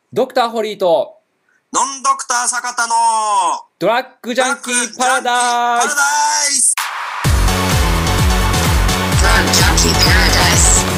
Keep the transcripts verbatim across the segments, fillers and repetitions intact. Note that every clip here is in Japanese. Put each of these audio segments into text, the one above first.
ドクターホリーとノンドクター坂田のドラッグジャンキーパラダイス。 ドラッグジャンキーパラダイス。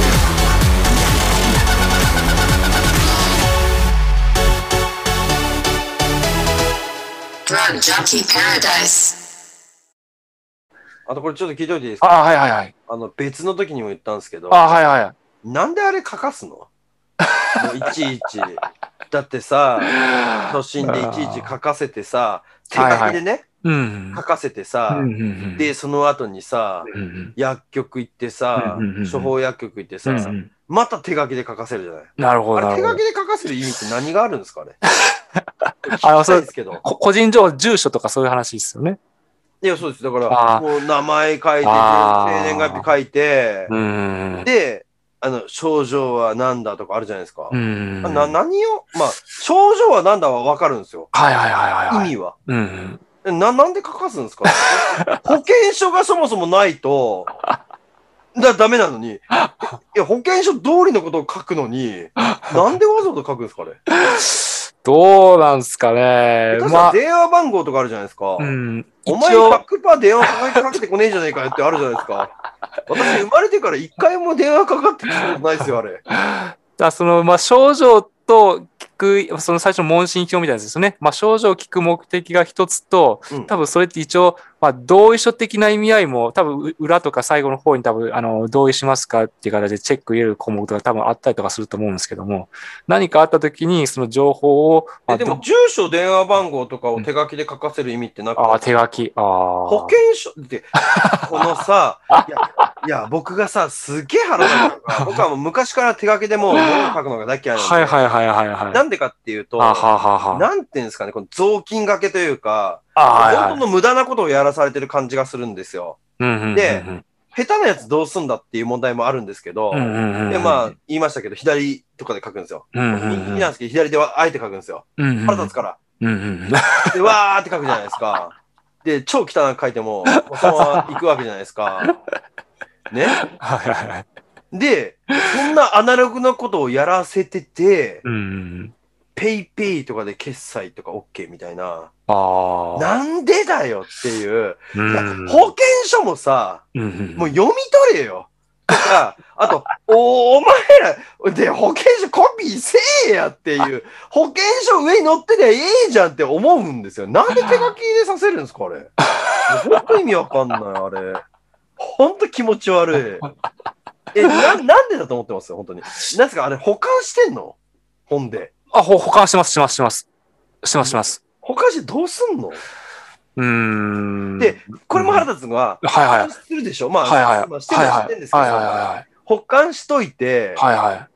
ドラッグジャンキーパラダイス。 あとこれちょっと聞いておいていいですか？ あ、はいはいはい。 あの別の時にも言ったんですけど、 あ、はいはいはい。 なんであれ書かすの？もういちいち。だってさ、都心でいちいち書かせてさ、手書きでね、 はいはい、うん、 書かせてさ、 うんうんうん、 で、その後にさ、 うんうん、 薬局行ってさ、 うんうんうん、 処方薬局行ってさ、うんうん、また手書きで書かせるじゃない。 なるほど。 あれ手書きで書かせる意味って何があるんですかあれ？ あの、そうですけど。個人情報、住所とかそういう話ですよね。 いや、そうです。だから、もう名前書いて、生年月日書いて、で、あの、症状は何だとかあるじゃないですか。うんな何を、まあ、症状は何だは分かるんですよ。 はいはいはいはい。 意味は。 うんうん、な、なんで書かすんですか？保険証がそもそもないと、だ、ダメなのに。いや、保険証通りのことを書くのに、なんでわざわざ書くんですかね？ どうなんですかね。 確か電話番号とかあるじゃないですか。うん、お前 ひゃくパーセント 電話かかってこねえじゃねえかよってあるじゃないですか。私生まれてから一回も電話かかってきたことないですよ、あれ。 だその、まあ、症状と聞く、その最初の問診票みたいなやつですよね。まあ、症状を聞く目的が一つと、うん、多分それって一応、まあ、同意書的な意味合いも、多分裏とか最後の方に多分、あの、同意しますかっていう形でチェック入れる項目とか多分あったりとかすると思うんですけども、何かあった時にその情報を、 まあ、でも住所、電話番号とかを手書きで書かせる意味ってなくて、うん、 ああ、手書き。ああ。 保険証って、このさ、いや、いや、僕がさ、すげえ腹立つのが、僕はもう昔から手書きでもう物を書くのが大嫌いなんで。 はいはいはいはいはい。 なんでかっていうと、 はははなんていうんですかね、この雑巾掛けというか、本当の無駄なことをやらされてる感じがするんですよ。で、下手なやつどうすんだっていう問題もあるんですけど、で、まあ、言いましたけど、左とかで書くんですよ。右なんですけど、左ではあえて書くんですよ。腹立つから。で、わーって書くじゃないですか。で、超汚く書いても、そのまま行くわけじゃないですか。ね。で、そんなアナログなことをやらせてて、ペイペイとかで決済とか OK みたいな。あなんでだよっていう。う保険証もさ、もう読み取れよ。とか、あと、お、お前ら、で、保険証コピーせえやっていう、保険証上に載ってりゃええじゃんって思うんですよ。なんで手書きでさせるんですか、あれ。ほんと意味わかんない、あれ。ほんと気持ち悪い。え、な、なんでだと思ってますよ、本当に。なんですか、あれ、保管してんの？本で。 あ、ほ、保管してます、します、します。します、します。 保管してどうすんの？ うーん。 で、これも腹立つのは、 はいはい。 するでしょ？まあ、 はいはい。 まあ、してるはしてるんですけど、保管しといて、 はいはい。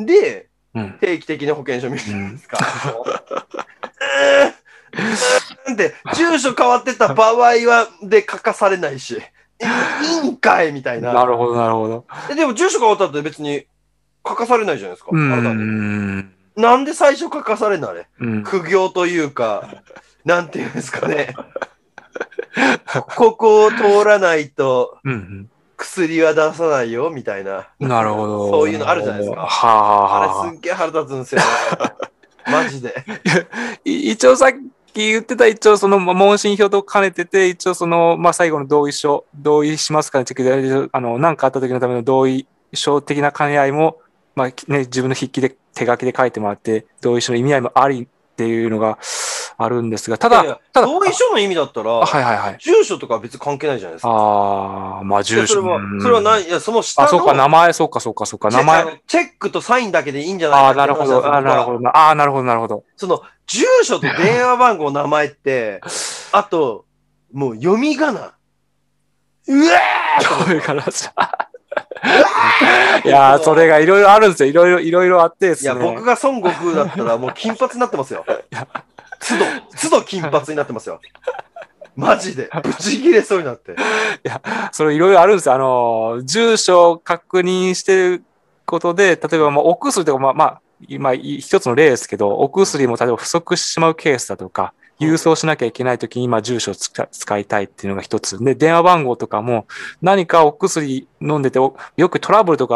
で、定期的に保険証見るじゃないですか。うん。で、住所変わってた場合は、で書かされないし。いいんかいみたいな。 なるほど、なるほど。 でも、住所変わったって別に書かされないじゃないですか。うんなんで最初書かされないあれ、うん、苦行というか、なんていうんですかね。ここを通らないと、薬は出さないよ、みたいな。 なるほど。 そういうのあるじゃないですか。はあ、はあ、あれすっげえ腹立つんですよね。マジで。 一応さっき言ってた一応その問診票と兼ねてて、一応その、まあ、最後の同意書、同意しますかね、あの、何かあった時のための同意書的な兼ね合いも、まあね、自分の筆記で手書きで書いてもらって、同意書の意味合いもありっていうのがあるんですが、ただ、いやいやただ同意書の意味だったら、 はいはいはい。 住所とかは別に関係ないじゃないですか。 ああ、まあ住所。 それは、それはない、いや、その下の。 あ、そうか、名前、そうか、そうか、そうか、名前。 チェックとサインだけでいいんじゃないかああ、なるほど、ああ、なるほど、ああ、なるほど、なるほど。 その、住所と電話番号、名前って、あと、もう読み仮名。うわー読み仮名じゃ。いやー、それがいろいろあるんですよ。いろいろ、いろいろあってですね。 いや、僕が孫悟空だったらもう金髪になってますよ。都度、都度金髪になってますよ。マジで。ブチ切れそうになって。いや、それいろいろあるんですよ。あの、住所を確認してることで、例えば、まあ、お薬とか、まあ、まあ、今、一つの例ですけど、お薬も例えば不足してしまうケースだとか、郵送しなきゃいけないときに今住所を使いたいっていうのが一つ。で、電話番号とかも何かお薬飲んでてよくトラブルとか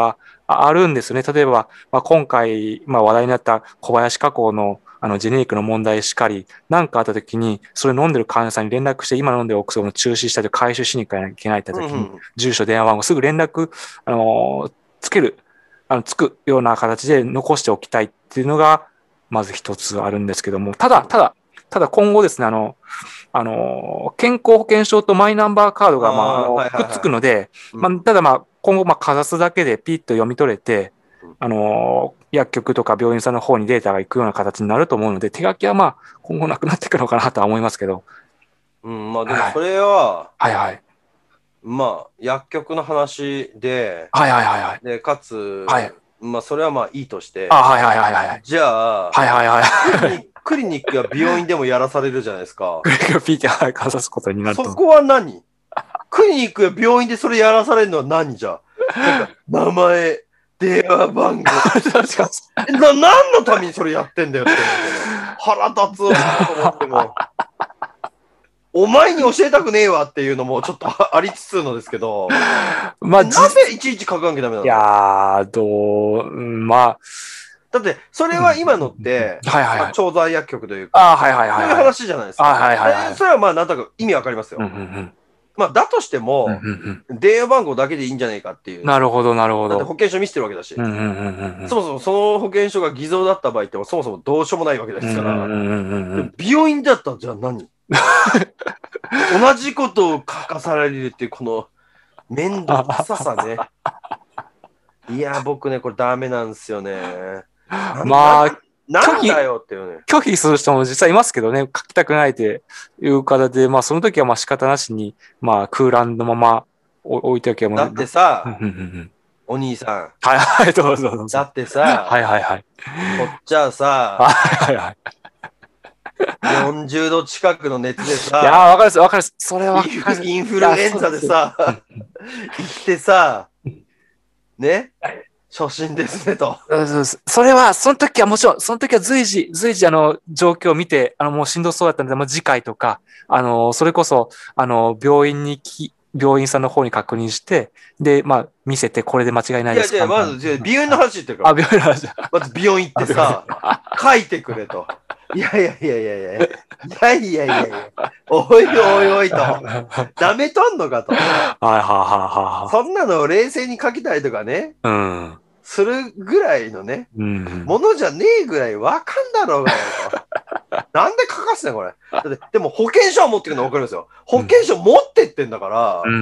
あるんですね。例えば、まあ、今回、まあ、話題になった小林化工のあのジェネリックの問題しかり、何かあったときに、それ飲んでる患者さんに連絡して、今飲んでるお薬を中止したり、回収しに行かなきゃいけないってときに、うんうん、住所、電話番号、すぐ連絡、あのー、つける、あの、つくような形で残しておきたいっていうのが、まず一つあるんですけども、ただ、ただ、ただ今後ですね、あの、あの、健康保険証とマイナンバーカードが、まあ、あのくっつくので、まあ、ただまあ、今後、まあ、かざすだけでピッと読み取れて、あの、薬局とか病院さんの方にデータが行くような形になると思うので、手書きはまあ、今後なくなっていくのかなとは思いますけど。 うん、まあでもそれは、 はいはい。 まあ、薬局の話で、 はいはいはいはい。 で、かつ、 はい、 まあ、それはまあいいとして、 あ、はいはいはいはい。 じゃあ、 はいはいはい。 クリニックや病院でもやらされるじゃないですか。 クリニックがピーってかざすことになると。 そこは何クリニックや病院でそれやらされるのは何じゃなんか名前、電話番号。な、何のためにそれやってんだよって腹立つわと思っても。お前に教えたくねえわっていうのもちょっとありつつのですけど、まあ、なぜいちいち書かなきゃダメなの？ いやー、どう、まあ。 だって、それは今のって、 はいはいはい。 調剤薬局というか、 あ、はいはいはい。 そういう話じゃないですか。 はいはいはい。 それはまあ、なんとなく意味わかりますよ。まあ、だとしても、電話番号だけでいいんじゃないかっていう。 なるほど、なるほど。 だって保険証見せてるわけだし。そもそもその保険証が偽造だった場合って、そもそもどうしようもないわけですから。病院だったらじゃあ何同じことを書かされるっていう、この面倒くささね。いや、僕ね、これダメなんですよね。まあ、なんだよっていうね。 拒否する人も実際いますけどね、書きたくないっていう方で、まあその時はまあ仕方なしに、まあ空欄のまま置いておけば。 だってさ、お兄さん。 はいはい、どうぞどうぞ。 だってさ、 はいはいはい。 こっちはさ、 はいはいはい。 よんじゅうど近くの熱でさ、 いやー、わかるです、わかるです。それはインフルエンザでさ、行ってさ、ね。初心ですねと。 それは、その時はもちろん、その時は随時、随時、あの、状況を見て、あの、もうしんどそうだったので、もう次回とか、あの、それこそ、あの、病院にき、病院さんの方に確認して、で、まあ、見せて、これで間違いないですか？ いや、じゃあ、まず、病院の話言ってるから。 あ、病院の話。 まず、病院行ってさ、書いてくれと。いやいやいやいやいやいや、いやいやいやいや、おいおいおいと、ダメとんのかと。はいはいはいはい。 そんなのを冷静に書きたいとかね。 うん。 するぐらいのね、うん、ものじゃねえぐらいわかんだろうがよと。なんで書かすねん、これ。だって、でも保険証は持ってくるのわかるんですよ。保険証持ってってんだから、うん、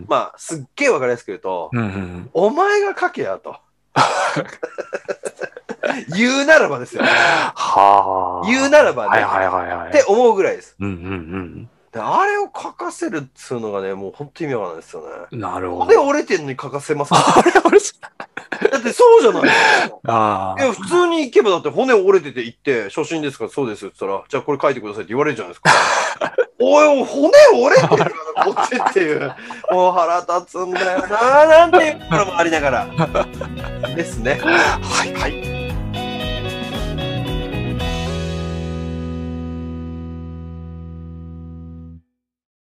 まあ、すっげえわかりやすく言うと、うんうん、お前が書けやと。言うならばですよ。はあ。言うならばね。はいはいはいはい。って思うぐらいです。うんうんうんであれを書かせるっつうのがね、もう本当に意味わかんないですよね。 なるほど。 骨折れてんのに書かせますかあれ折れちゃだってそうじゃないですか。あいや、普通に行けばだって骨折れてて行って、初心ですからそうですって言ったら、じゃあこれ書いてくださいって言われるじゃないですか。おいおい、骨折れてるからこっちっていう。もう腹立つんだよなーなんていうのもありながら。ですね。はいはい。